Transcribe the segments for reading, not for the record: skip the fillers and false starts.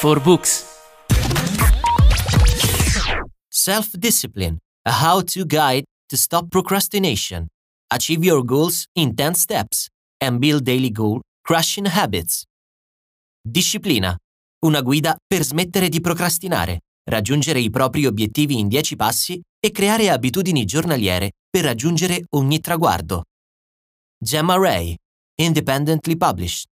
for Books. Self-Discipline, a how-to guide to stop procrastination. Achieve your goals in 10 steps and build daily goal-crushing habits. Disciplina, una guida per smettere di procrastinare, raggiungere i propri obiettivi in 10 passi e creare abitudini giornaliere per raggiungere ogni traguardo. Gemma Ray, independently published,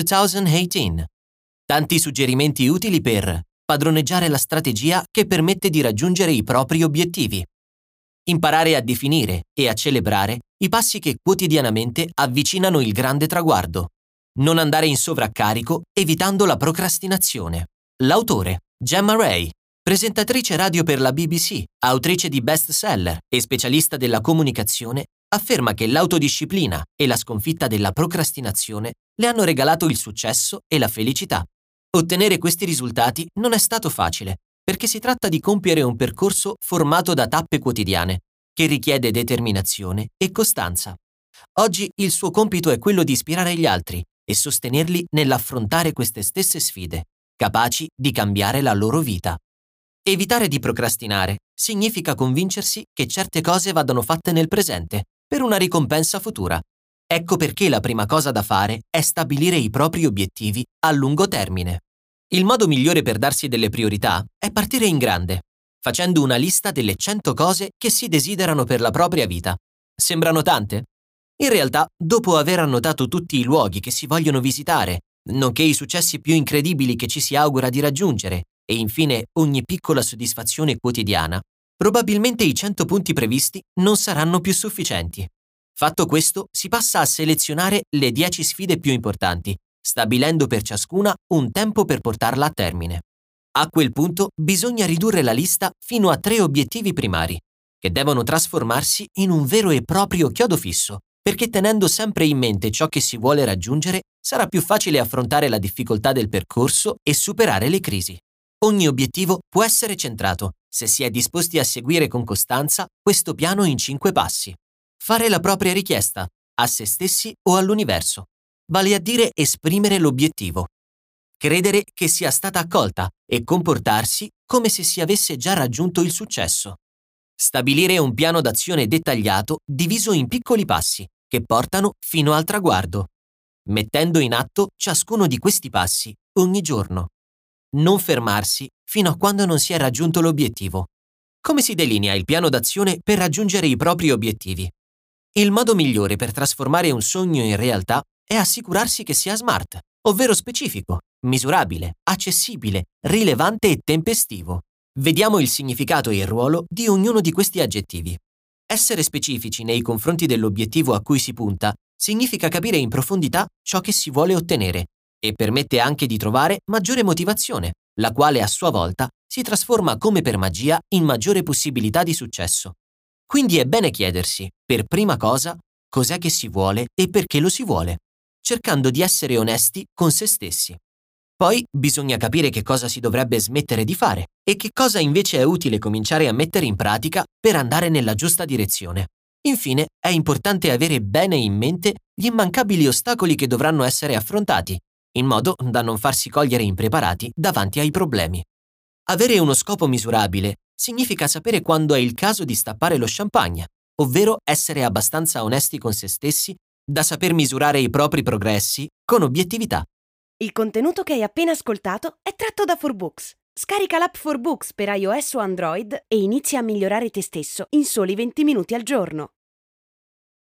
2018. Tanti suggerimenti utili per padroneggiare la strategia che permette di raggiungere i propri obiettivi. Imparare a definire e a celebrare i passi che quotidianamente avvicinano il grande traguardo. Non andare in sovraccarico evitando la procrastinazione. L'autore, Gemma Ray, presentatrice radio per la BBC, autrice di bestseller e specialista della comunicazione, afferma che l'autodisciplina e la sconfitta della procrastinazione le hanno regalato il successo e la felicità. Ottenere questi risultati non è stato facile, perché si tratta di compiere un percorso formato da tappe quotidiane, che richiede determinazione e costanza. Oggi il suo compito è quello di ispirare gli altri e sostenerli nell'affrontare queste stesse sfide, capaci di cambiare la loro vita. Evitare di procrastinare significa convincersi che certe cose vadano fatte nel presente, per una ricompensa futura. Ecco perché la prima cosa da fare è stabilire i propri obiettivi a lungo termine. Il modo migliore per darsi delle priorità è partire in grande, facendo una lista delle 100 cose che si desiderano per la propria vita. Sembrano tante? In realtà, dopo aver annotato tutti i luoghi che si vogliono visitare, nonché i successi più incredibili che ci si augura di raggiungere, e infine ogni piccola soddisfazione quotidiana, probabilmente i 100 punti previsti non saranno più sufficienti. Fatto questo, si passa a selezionare le 10 sfide più importanti, stabilendo per ciascuna un tempo per portarla a termine. A quel punto bisogna ridurre la lista fino a 3 obiettivi primari, che devono trasformarsi in un vero e proprio chiodo fisso, perché tenendo sempre in mente ciò che si vuole raggiungere, sarà più facile affrontare la difficoltà del percorso e superare le crisi. Ogni obiettivo può essere centrato, se si è disposti a seguire con costanza questo piano in 5 passi. Fare la propria richiesta, a se stessi o all'universo, vale a dire esprimere l'obiettivo. Credere che sia stata accolta e comportarsi come se si avesse già raggiunto il successo. Stabilire un piano d'azione dettagliato diviso in piccoli passi che portano fino al traguardo, mettendo in atto ciascuno di questi passi ogni giorno. Non fermarsi fino a quando non si è raggiunto l'obiettivo. Come si delinea il piano d'azione per raggiungere i propri obiettivi? Il modo migliore per trasformare un sogno in realtà è assicurarsi che sia SMART, ovvero specifico, misurabile, accessibile, rilevante e tempestivo. Vediamo il significato e il ruolo di ognuno di questi aggettivi. Essere specifici nei confronti dell'obiettivo a cui si punta significa capire in profondità ciò che si vuole ottenere e permette anche di trovare maggiore motivazione, la quale a sua volta si trasforma come per magia in maggiore possibilità di successo. Quindi è bene chiedersi, per prima cosa, cos'è che si vuole e perché lo si vuole, cercando di essere onesti con se stessi. Poi bisogna capire che cosa si dovrebbe smettere di fare e che cosa invece è utile cominciare a mettere in pratica per andare nella giusta direzione. Infine, è importante avere bene in mente gli immancabili ostacoli che dovranno essere affrontati, in modo da non farsi cogliere impreparati davanti ai problemi. Avere uno scopo misurabile significa sapere quando è il caso di stappare lo champagne, ovvero essere abbastanza onesti con se stessi da saper misurare i propri progressi con obiettività. Il contenuto che hai appena ascoltato è tratto da 4Books. Scarica l'app 4Books per iOS o Android e inizia a migliorare te stesso in soli 20 minuti al giorno.